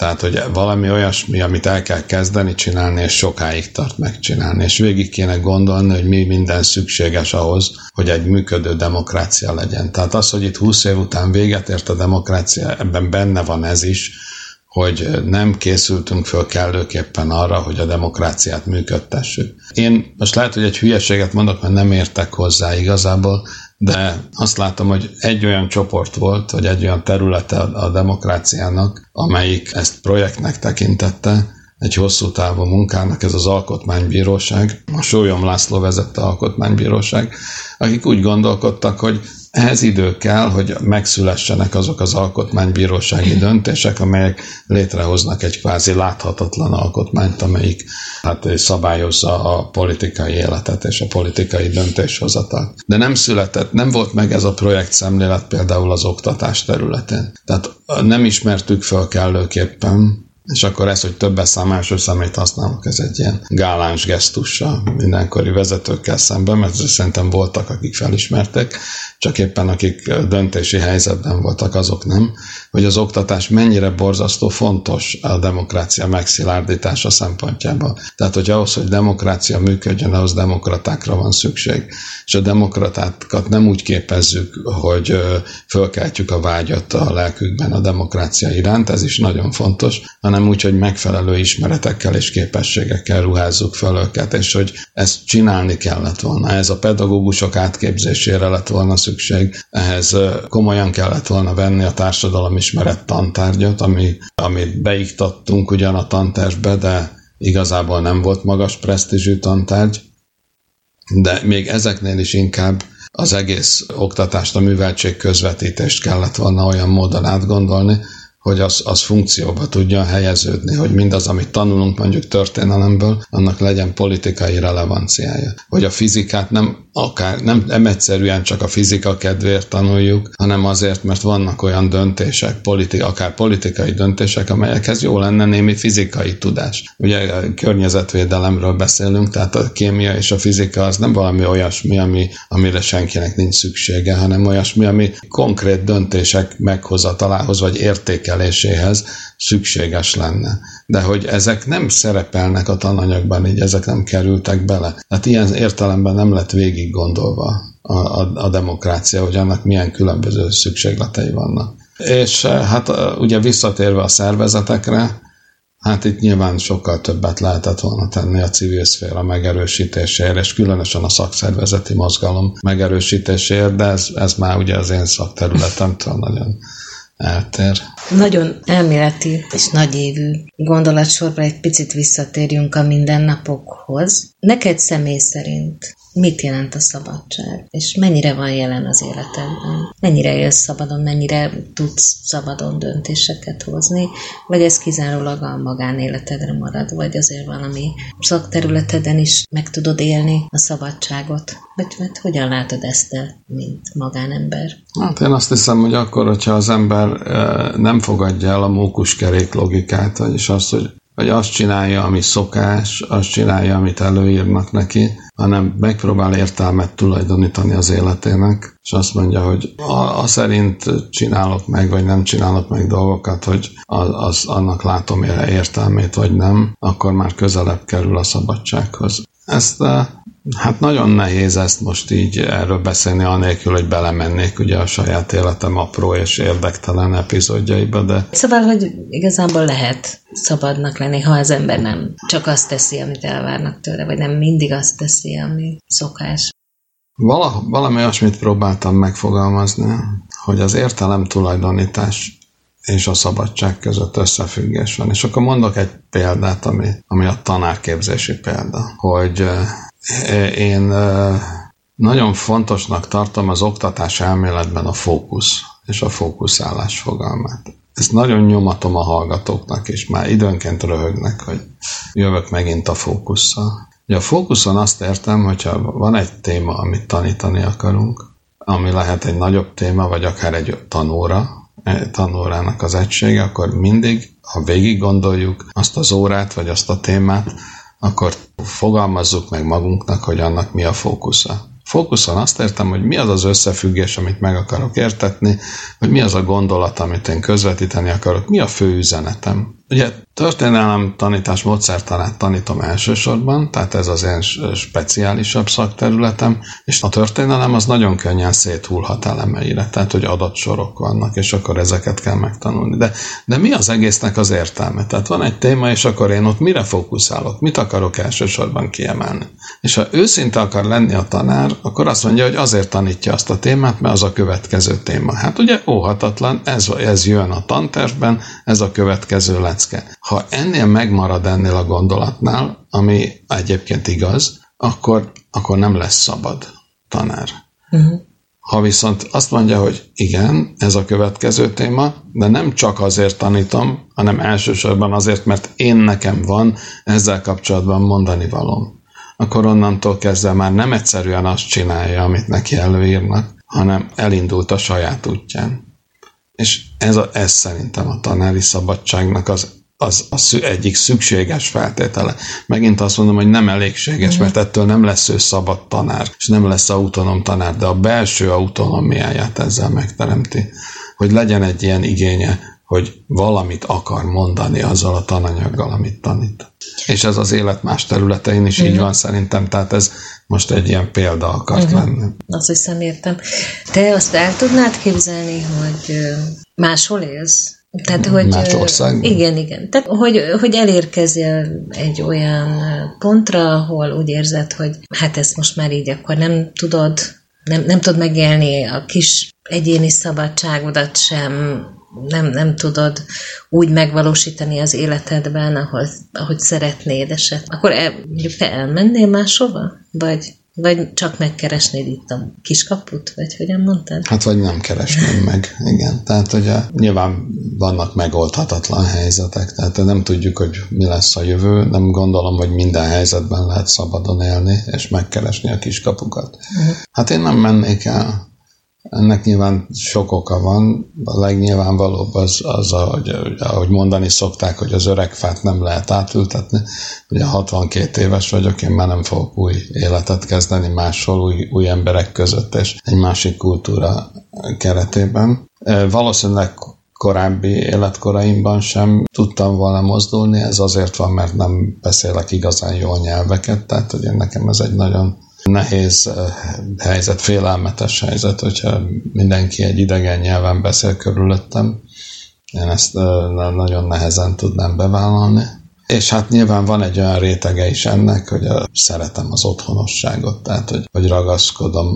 Tehát, hogy valami olyasmi, amit el kell kezdeni csinálni, és sokáig tart megcsinálni. És végig kéne gondolni, hogy mi minden szükséges ahhoz, hogy egy működő demokrácia legyen. Tehát az, hogy itt 20 év után véget ért a demokrácia, ebben benne van ez is, hogy nem készültünk föl kellőképpen arra, hogy a demokráciát működtessük. Én most lehet, hogy egy hülyeséget mondok, mert nem értek hozzá igazából, de azt látom, hogy egy olyan csoport volt, vagy egy olyan területe a demokráciának, amelyik ezt projektnek tekintette, egy hosszú távú munkának, ez az Alkotmánybíróság, a Sólyom László vezette Alkotmánybíróság, akik úgy gondolkodtak, hogy ehhez idő kell, hogy megszülessenek azok az alkotmánybírósági döntések, amelyek létrehoznak egy kvázi láthatatlan alkotmányt, amelyik szabályozza a politikai életet és a politikai döntéshozatalt. De nem volt meg ez a projekt szemlélet például az oktatás területén. Tehát nem ismertük fel kellőképpen, és akkor ez, hogy többes szám, első szemét használok, ez egy ilyen gáláns gesztussal mindenkori vezetőkkel szemben, mert szerintem voltak, akik felismerték, csak éppen akik döntési helyzetben voltak, azok nem, hogy az oktatás mennyire borzasztó fontos a demokrácia megszilárdítása szempontjából. Tehát, hogy ahhoz, hogy demokrácia működjön, ahhoz demokratákra van szükség. És a demokratákat nem úgy képezzük, hogy fölkeltjük a vágyat a lelkükben a demokrácia iránt, ez is nagyon fontos, hanem úgy, hogy megfelelő ismeretekkel és képességekkel ruházzuk fel őket, és hogy ezt csinálni kellett volna. Ez a pedagógusok átképzésére lett volna szükség, ehhez komolyan kellett volna venni a társadalomismeret tantárgyat, amit beiktattunk ugyan a tantervbe, de igazából nem volt magas presztízsű tantárgy, de még ezeknél is inkább az egész oktatást, a műveltség közvetítést kellett volna olyan módon átgondolni, hogy az funkcióba tudjon helyeződni, hogy mindaz, amit tanulunk mondjuk történelemből, annak legyen politikai relevanciája. Hogy a fizikát nem egyszerűen csak a fizika kedvéért tanuljuk, hanem azért, mert vannak olyan döntések, akár politikai döntések, amelyekhez jó lenne némi fizikai tudás. Ugye környezetvédelemről beszélünk, tehát a kémia és a fizika az nem valami olyasmi, amire senkinek nincs szüksége, hanem olyasmi, ami konkrét döntések meghozatalához vagy értékeléséhez szükséges lenne. De hogy ezek nem szerepelnek a tananyagban, így ezek nem kerültek bele. Tehát ilyen értelemben nem lett végig gondolva a demokrácia, hogy annak milyen különböző szükségletei vannak. És hát ugye visszatérve a szervezetekre, hát itt nyilván sokkal többet lehetett volna tenni a civil szféra megerősítéséért, és különösen a szakszervezeti mozgalom megerősítéséért, de ez már ugye az én szakterületemtől nagyon eltér. Nagyon elméleti és nagyévű gondolatsorban egy picit visszatérjünk a mindennapokhoz. Neked személy szerint mit jelent a szabadság? És mennyire van jelen az életedben? Mennyire élsz szabadon? Mennyire tudsz szabadon döntéseket hozni? Vagy ez kizárólag a magánéletedre marad? Vagy azért valami szakterületeden is meg tudod élni a szabadságot? Vagy hogyan látod ezt te, mint magánember? Hát én azt hiszem, hogy akkor, hogyha az ember nem fogadja el a mókuskerék logikát, vagyis azt, hogy azt csinálja, ami szokás, azt csinálja, amit előírnak neki, hanem megpróbál értelmet tulajdonítani az életének, és azt mondja, hogy szerint csinálok meg, vagy nem csinálok meg dolgokat, hogy annak látom értelmét, vagy nem, akkor már közelebb kerül a szabadsághoz. Hát nagyon nehéz ezt most így erről beszélni, anélkül, hogy belemennék ugye a saját életem apró és érdektelen epizódjaiba, de... Szóval, hogy igazából lehet szabadnak lenni, ha az ember nem csak azt teszi, amit elvárnak tőle, vagy nem mindig azt teszi, ami szokás. Valami olyasmit próbáltam megfogalmazni, hogy az értelem tulajdonítás és a szabadság között összefüggés van. És akkor mondok egy példát, ami a tanárképzési példa, hogy én nagyon fontosnak tartom az oktatás elméletben a fókusz és a fókuszálás fogalmát. Ezt nagyon nyomatom a hallgatóknak, és már időnként röhögnek, hogy jövök megint a fókusszal. Ugye a fókuszon azt értem, hogyha van egy téma, amit tanítani akarunk, ami lehet egy nagyobb téma, vagy akár egy tanórának az egysége, akkor mindig, ha végig gondoljuk azt az órát, vagy azt a témát, akkor fogalmazzuk meg magunknak, hogy annak mi a fókusza. Fókuszon azt értem, hogy mi az az összefüggés, amit meg akarok értetni, hogy mi az a gondolat, amit én közvetíteni akarok, mi a fő üzenetem. Ugye történelem tanítás módszertanát tanítom elsősorban, tehát ez az én speciálisabb szakterületem, és a történelem az nagyon könnyen széthullhat elemeire, tehát hogy adatsorok vannak, és akkor ezeket kell megtanulni. De mi az egésznek az értelme? Tehát van egy téma, és akkor én ott mire fókuszálok? Mit akarok elsősorban kiemelni? És ha őszinte akar lenni a tanár, akkor azt mondja, hogy azért tanítja azt a témát, mert az a következő téma. Hát ugye óhatatlan, ez jön a tantervben, ez a következő lecke. Ha ennél megmarad ennél a gondolatnál, ami egyébként igaz, akkor nem lesz szabad tanár. Uh-huh. Ha viszont azt mondja, hogy igen, ez a következő téma, de nem csak azért tanítom, hanem elsősorban azért, mert nekem van ezzel kapcsolatban mondani valóm, akkor onnantól kezdve már nem egyszerűen azt csinálja, amit neki előírnak, hanem elindult a saját útján. És ez szerintem a tanári szabadságnak az egyik szükséges feltétele. Megint azt mondom, hogy nem elégséges, mert ettől nem lesz ő szabad tanár, és nem lesz autonóm tanár, de a belső autonómiáját ezzel megteremti, hogy legyen egy ilyen igénye, hogy valamit akar mondani azzal a tananyaggal, amit tanít. És ez az élet más területein is így van szerintem, tehát ez most egy ilyen példa akart lenni. Azt hiszem, értem. Te azt el tudnád képzelni, hogy máshol élsz? Tehát, hogy más országban? Igen. Tehát, hogy elérkezzél egy olyan pontra, ahol úgy érzed, hogy hát ezt most már így akkor nem tudod megélni a kis egyéni szabadságodat sem, nem tudod úgy megvalósítani az életedben, ahogy szeretnéd eset. Akkor mondjuk te elmennél máshova? Vagy csak megkeresnéd itt a kiskaput? Vagy hogyan mondtad? Hát vagy nem keresném meg, igen. Tehát ugye nyilván vannak megoldhatatlan helyzetek, tehát nem tudjuk, hogy mi lesz a jövő. Nem gondolom, hogy minden helyzetben lehet szabadon élni, és megkeresni a kiskapukat. Hát én nem mennék el. Ennek nyilván sok oka van. A legnyilvánvalóbb az ahogy mondani szokták, hogy az öreg fát nem lehet átültetni. Ugye 62 éves vagyok, én már nem fogok új életet kezdeni máshol, új emberek között, és egy másik kultúra keretében. Valószínűleg korábbi életkoraimban sem tudtam volna mozdulni, ez azért van, mert nem beszélek igazán jól nyelveket, tehát ugye nekem ez egy nagyon nehéz helyzet, félelmetes helyzet, hogyha mindenki egy idegen nyelven beszél körülöttem. Én ezt nagyon nehezen tudnám bevállalni. És hát nyilván van egy olyan rétege is ennek, hogy szeretem az otthonosságot, tehát hogy ragaszkodom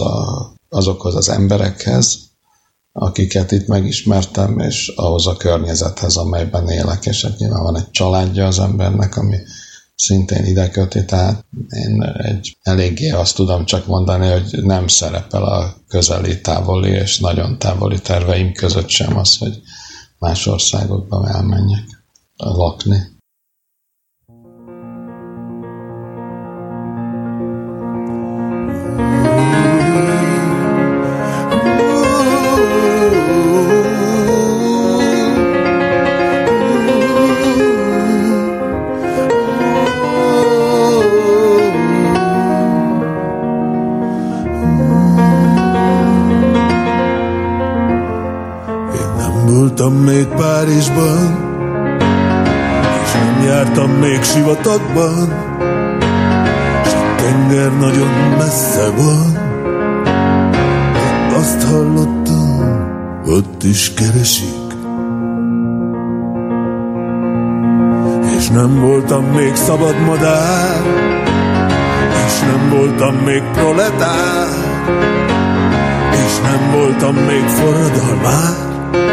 azokhoz az emberekhez, akiket itt megismertem, és ahhoz a környezethez, amelyben élek, és hát nyilván van egy családja az embernek, ami szintén ide köti, tehát én eléggé azt tudom csak mondani, hogy nem szerepel a közeli, távoli és nagyon távoli terveim között sem az, hogy más országokba elmenjek lakni. Még Párizsban, és nem jártam még sivatagban, s a tenger nagyon messze van, de azt hallottam, ott is keresik. És nem voltam még szabad madár, és nem voltam még proletár, és nem voltam még forradalmár,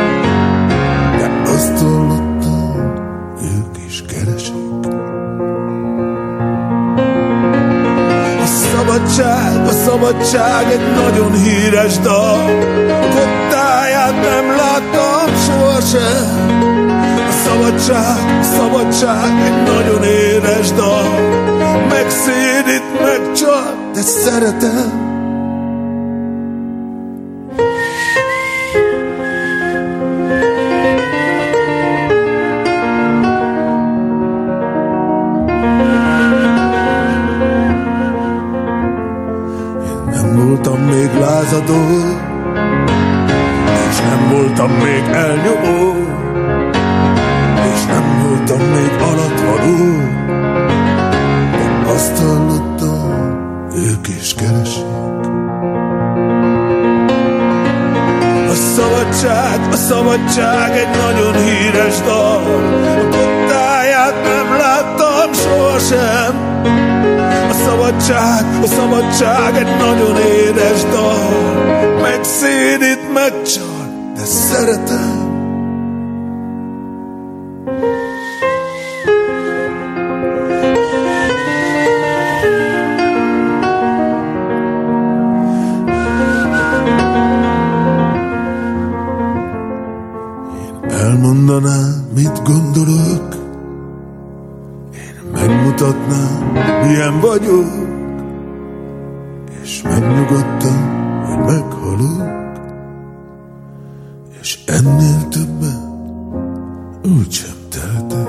azt hallottam, ők is keresik. A szabadság egy nagyon híres dal, a kottáját nem láttam sohasem. A szabadság egy nagyon éles dal, megszédít, megcsal, de szeretem. Lázadó, és nem voltam még elnyomó, és és nem voltam még alattvaló, de azt hallottam, ők is keresik. A szabadság egy nagyon híres dal, a kottáját nem láttam sohasem. A szabadság egy nagyon édes dal, megszédít, megcsal, de szeretem. Elmondanám, mit gondolok, én megmutatnám, milyen vagyok, és megnyugodtam, hogy meghalok, és ennél többen úgysem tehetek.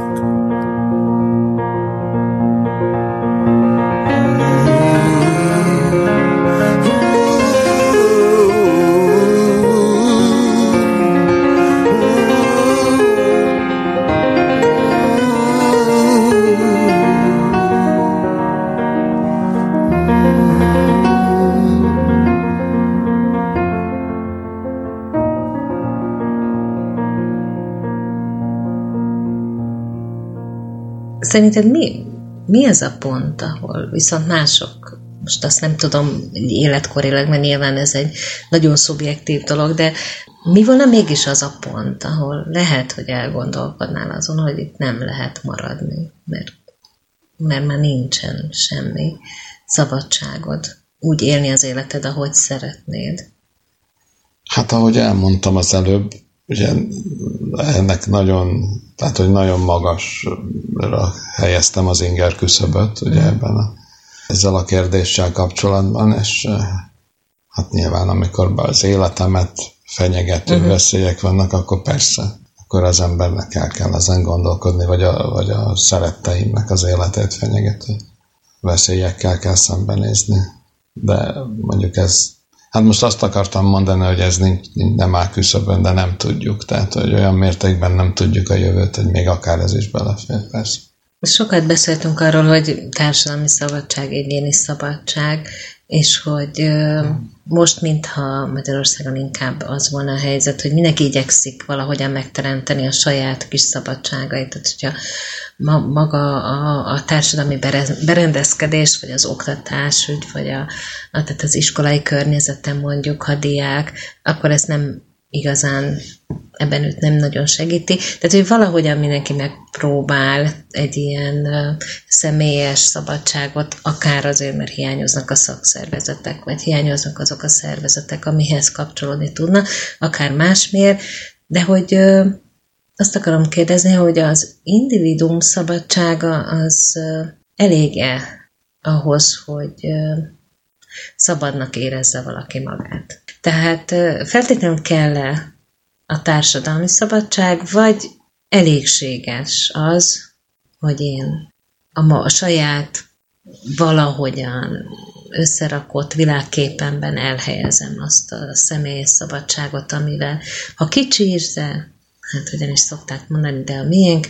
Szerinted mi az a pont, ahol viszont mások, most azt nem tudom életkorilag, mert nyilván ez egy nagyon szubjektív dolog, de mi volna mégis az a pont, ahol lehet, hogy elgondolkodnál azon, hogy itt nem lehet maradni, mert már nincsen semmi szabadságod úgy élni az életed, ahogy szeretnéd? Hát ahogy elmondtam az előbb, ugye ennek tehát hogy nagyon magasra helyeztem az inger küszöböt, ugye ezzel a kérdéssel kapcsolatban, és hát nyilván amikor az életemet fenyegető veszélyek vannak, akkor persze, akkor az embernek el kell ezen gondolkodni, vagy a szeretteimnek az életét fenyegető veszélyekkel kell szembenézni. De mondjuk hát most azt akartam mondani, hogy ez nem áll küszöbön, de nem tudjuk. Tehát, hogy olyan mértékben nem tudjuk a jövőt, hogy még akár ez is belefér, persze. Sokat beszéltünk arról, hogy társadalmi szabadság, egyéni szabadság, és hogy most, mintha Magyarországon inkább az volna a helyzet, hogy mindenki igyekszik valahogyan megteremteni a saját kis szabadságait. Tehát, hogyha maga a társadalmi berendezkedés, vagy az oktatás, vagy tehát az iskolai környezeten mondjuk, ha diák, akkor ez nem igazán, ebben őt nem nagyon segíti. Tehát, hogy valahogyan mindenki megpróbál egy ilyen személyes szabadságot, akár azért, mert hiányoznak a szakszervezetek, vagy hiányoznak azok a szervezetek, amihez kapcsolódni tudna, akár másmiért, de hogy azt akarom kérdezni, hogy az individuum szabadsága az elég-e ahhoz, hogy szabadnak érezze valaki magát. Tehát feltétlenül kell-e a társadalmi szabadság, vagy elégséges az, hogy én a saját valahogyan összerakott világképemben elhelyezem azt a személyes szabadságot, amivel ha kicsírs, de hát hogyan is szokták mondani, de a miénk,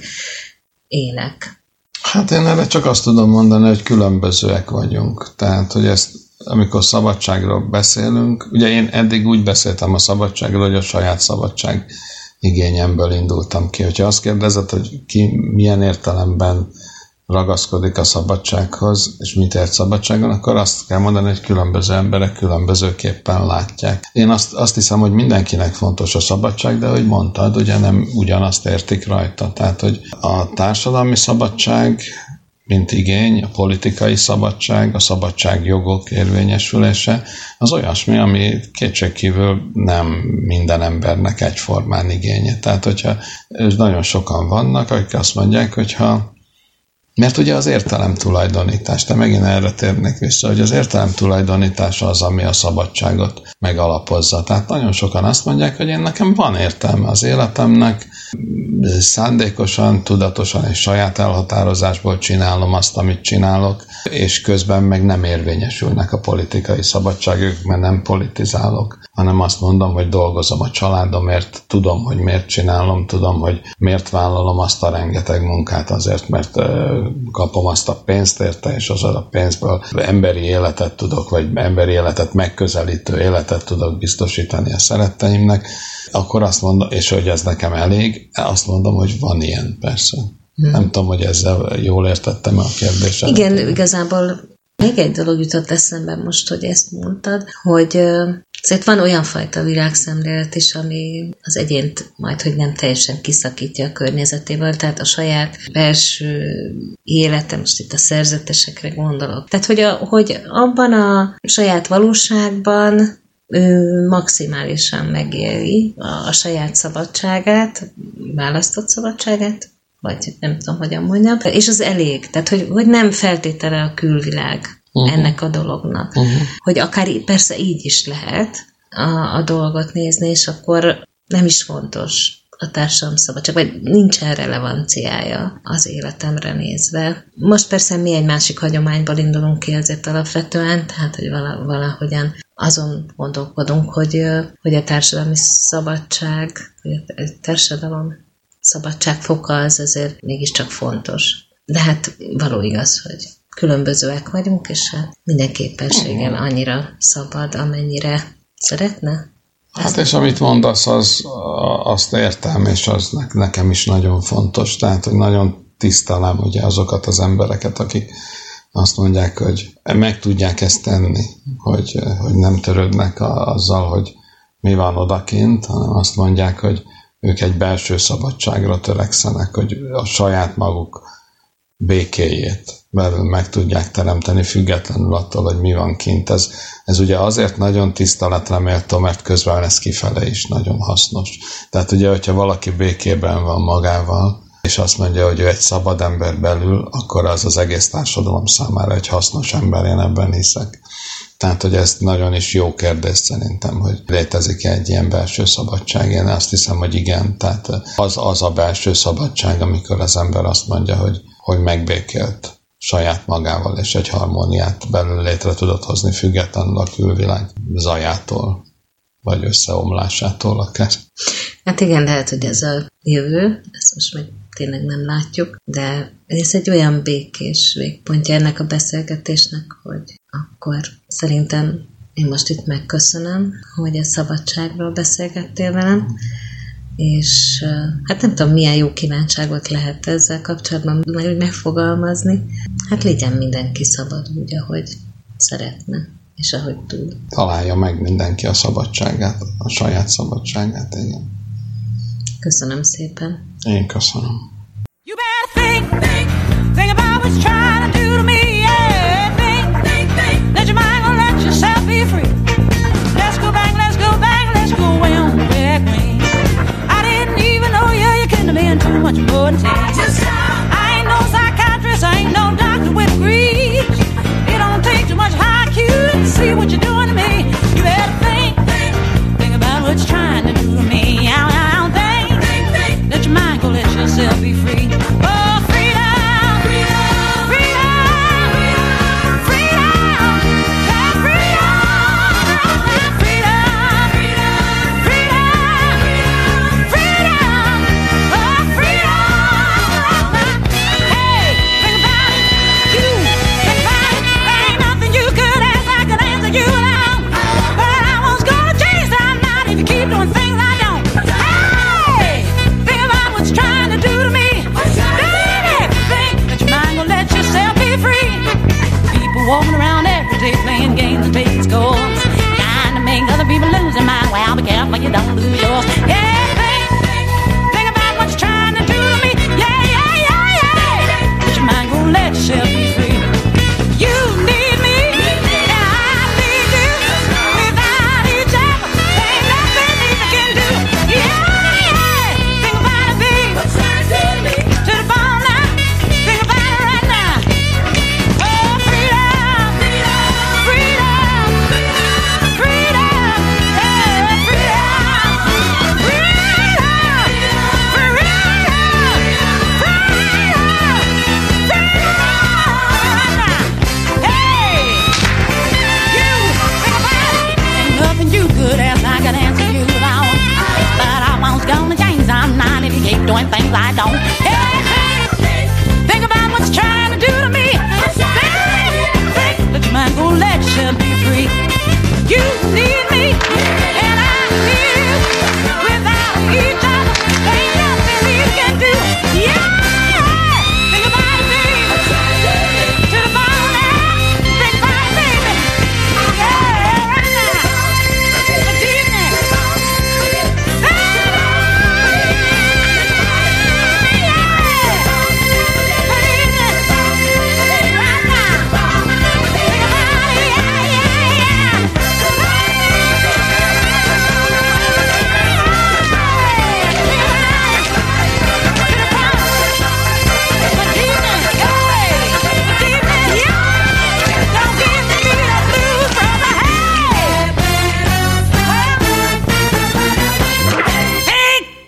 élek. Hát én erre csak azt tudom mondani, hogy különbözőek vagyunk. Tehát, hogy ezt amikor szabadságról beszélünk, ugye én eddig úgy beszéltem a szabadságról, hogy a saját szabadság igényemből indultam ki. Hogyha azt kérdezed, hogy ki milyen értelemben ragaszkodik a szabadsághoz, és mit ért szabadságon, akkor azt kell mondani, hogy különböző emberek különbözőképpen látják. Én azt hiszem, hogy mindenkinek fontos a szabadság, de ahogy mondtad, ugye nem ugyanazt értik rajta. Tehát, hogy a társadalmi szabadság, mint igény, a politikai szabadság, a szabadságjogok érvényesülése, az olyasmi, ami kétségkívül nem minden embernek egyformán igénye. Tehát, hogyha nagyon sokan vannak, akik azt mondják, hogyha Mert ugye az értelemtulajdonítás, te megint erre térnék vissza, hogy az értelemtulajdonítás az, ami a szabadságot megalapozza. Tehát nagyon sokan azt mondják, hogy nekem van értelme az életemnek, szándékosan, tudatosan és saját elhatározásból csinálom azt, amit csinálok, és közben meg nem érvényesülnek a politikai szabadságok, mert nem politizálok, hanem azt mondom, hogy dolgozom a családomért, tudom, hogy miért csinálom, tudom, hogy miért vállalom azt a rengeteg munkát azért, mert kapom azt a pénzt érte, és az a pénzből emberi életet tudok, vagy emberi életet megközelítő életet tudok biztosítani a szeretteimnek, akkor azt mondom, és hogy ez nekem elég, azt mondom, hogy van ilyen, persze. Nem tudom, hogy ezzel jól értettem a kérdéset. Igen, igazából még egy dolog jutott eszembe most, hogy ezt mondtad, hogy azért van olyan fajta világszemlélet is, ami az egyént majdhogy nem teljesen kiszakítja a környezetéből, tehát a saját belső élete, most itt a szerzetesekre gondolok. Tehát, hogy abban a saját valóságban ő maximálisan megéli a saját szabadságát, választott szabadságát, vagy nem tudom, hogyan mondjam, és az elég. Tehát, hogy nem feltétele a külvilág ennek a dolognak. Hogy akár persze így is lehet a dolgot nézni, és akkor nem is fontos a társadalom szabadság, vagy nincsen relevanciája az életemre nézve. Most persze mi egy másik hagyományból indulunk ki azért alapvetően, tehát, hogy valahogyan azon gondolkodunk, hogy a társadalmi szabadság, vagy a társadalom szabadságfoka az azért mégiscsak fontos. De hát való igaz, hogy különbözőek vagyunk, és hát minden képességgel annyira szabad, amennyire szeretne. Hát és amit mondasz, azt értem, és az nekem is nagyon fontos. Tehát, hogy nagyon tisztelem ugye azokat az embereket, akik azt mondják, hogy meg tudják ezt tenni, hogy nem törődnek azzal, hogy mi van odakint, hanem azt mondják, hogy ők egy belső szabadságra törekszenek, hogy a saját maguk békéjét belül meg tudják teremteni, függetlenül attól, hogy mi van kint. Ez ugye azért nagyon tiszteletre méltó, mert közben ez kifele is nagyon hasznos. Tehát ugye, hogyha valaki békében van magával, és azt mondja, hogy ő egy szabad ember belül, akkor az egész társadalom számára egy hasznos ember, én ebben hiszek. Tehát, hogy ez nagyon is jó kérdés szerintem, hogy létezik egy ilyen belső szabadság. Én azt hiszem, hogy igen. Tehát az a belső szabadság, amikor az ember azt mondja, hogy megbékélt saját magával, és egy harmóniát belül létre tudott hozni, függetlenül a külvilág zajától, vagy összeomlásától akár. Hát igen, lehet, hogy ez a jövő, ezt most még tényleg nem látjuk, de ez egy olyan békés végpontja ennek a beszélgetésnek, hogy akkor szerintem én most itt megköszönöm, hogy a szabadságról beszélgettél velem, és hát nem tudom, milyen jó kívánságot lehet ezzel kapcsolatban megfogalmazni. Hát legyen mindenki szabad úgy, ahogy szeretne, és ahogy tud. Találja meg mindenki a szabadságát, a saját szabadságát, igen. Köszönöm szépen. Én köszönöm. You better think about what's trying to do to me, yeah. Think, let your mind go, let yourself be free. Let's go back, let's go way on the back way. I didn't even know you couldn't have been too much more than I ain't no psychiatrist, I ain't no doctor with degrees. It don't take too much IQ to see what you're doing to me. You better think about what's trying to do to me. Let your mind go, let yourself be free. Oh, freedom, freedom, freedom. things I don't.